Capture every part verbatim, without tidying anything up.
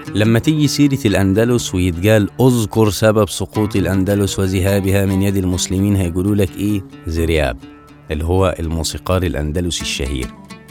لما تيجي سيرة الأندلس ويتقال أذكر سبب سقوط الأندلس وذهابها من يد المسلمين، هيقولوا لك إيه؟ زرياب، اللي هو الموسيقار الأندلسي الشهير.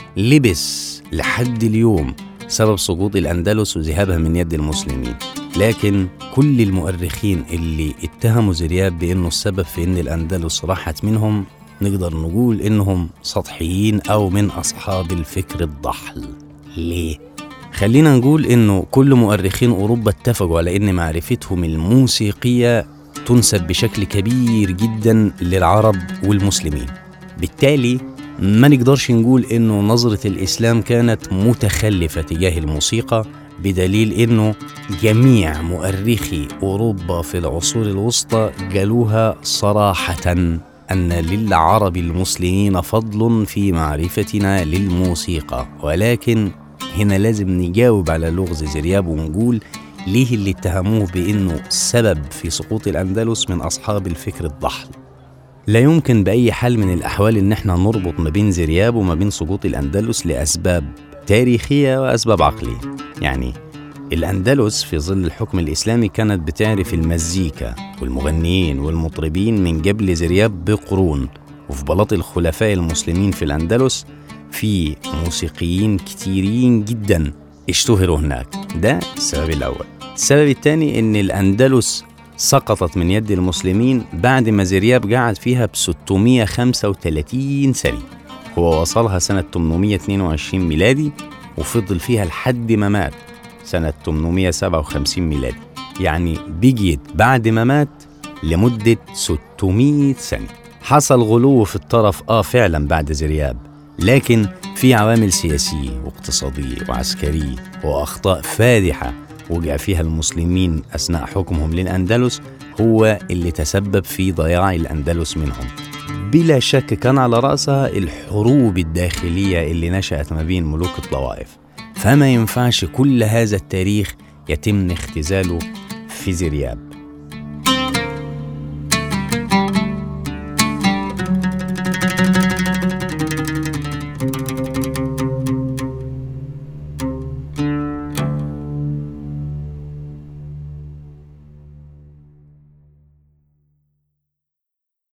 لبس لحد اليوم سبب سقوط الأندلس وذهابها من يد المسلمين، لكن كل المؤرخين اللي اتهموا زرياب بأنه السبب في أن الأندلس راحت منهم نقدر نقول إنهم سطحيين أو من أصحاب الفكر الضحل. ليه؟ خلينا نقول إنه كل مؤرخين أوروبا اتفقوا على إن معرفتهم الموسيقية تنسب بشكل كبير جدا للعرب والمسلمين، بالتالي ما نقدرش نقول إنه نظرة الإسلام كانت متخلفة تجاه الموسيقى، بدليل إنه جميع مؤرخي أوروبا في العصور الوسطى قالوها صراحة أن للعرب المسلمين فضل في معرفتنا للموسيقى. ولكن هنا لازم نجاوب على لغز زرياب ونقول ليه اللي اتهموه بأنه سبب في سقوط الأندلس من أصحاب الفكر الضحل. لا يمكن بأي حال من الأحوال إن احنا نربط ما بين زرياب وما بين سقوط الأندلس لأسباب تاريخية وأسباب عقلية. يعني الأندلس في ظل الحكم الإسلامي كانت بتعرف المزيكا والمغنيين والمطربين من قبل زرياب بقرون، وفي بلاط الخلفاء المسلمين في الأندلس في موسيقيين كتيرين جدا اشتهروا هناك. ده السبب الأول. السبب الثاني إن الأندلس سقطت من يد المسلمين بعد ما زرياب قعد فيها ب ستمائة وخمسة وثلاثين سنة. هو وصلها سنة ثمانمائة واثنين وعشرين ميلادي وفضل فيها لحد ما مات سنة ثمانمائة وسبعة وخمسين ميلادي، يعني بقيت بعد ما مات لمدة ستمائة سنة. حصل غلو في الطرف آه فعلا بعد زرياب، لكن في عوامل سياسية واقتصادية وعسكرية وأخطاء فادحة وقع فيها المسلمين أثناء حكمهم للأندلس هو اللي تسبب في ضياع الأندلس منهم. بلا شك كان على رأسها الحروب الداخلية اللي نشأت ما بين ملوك الطوائف، فما ينفعش كل هذا التاريخ يتم اختزاله في زرياب.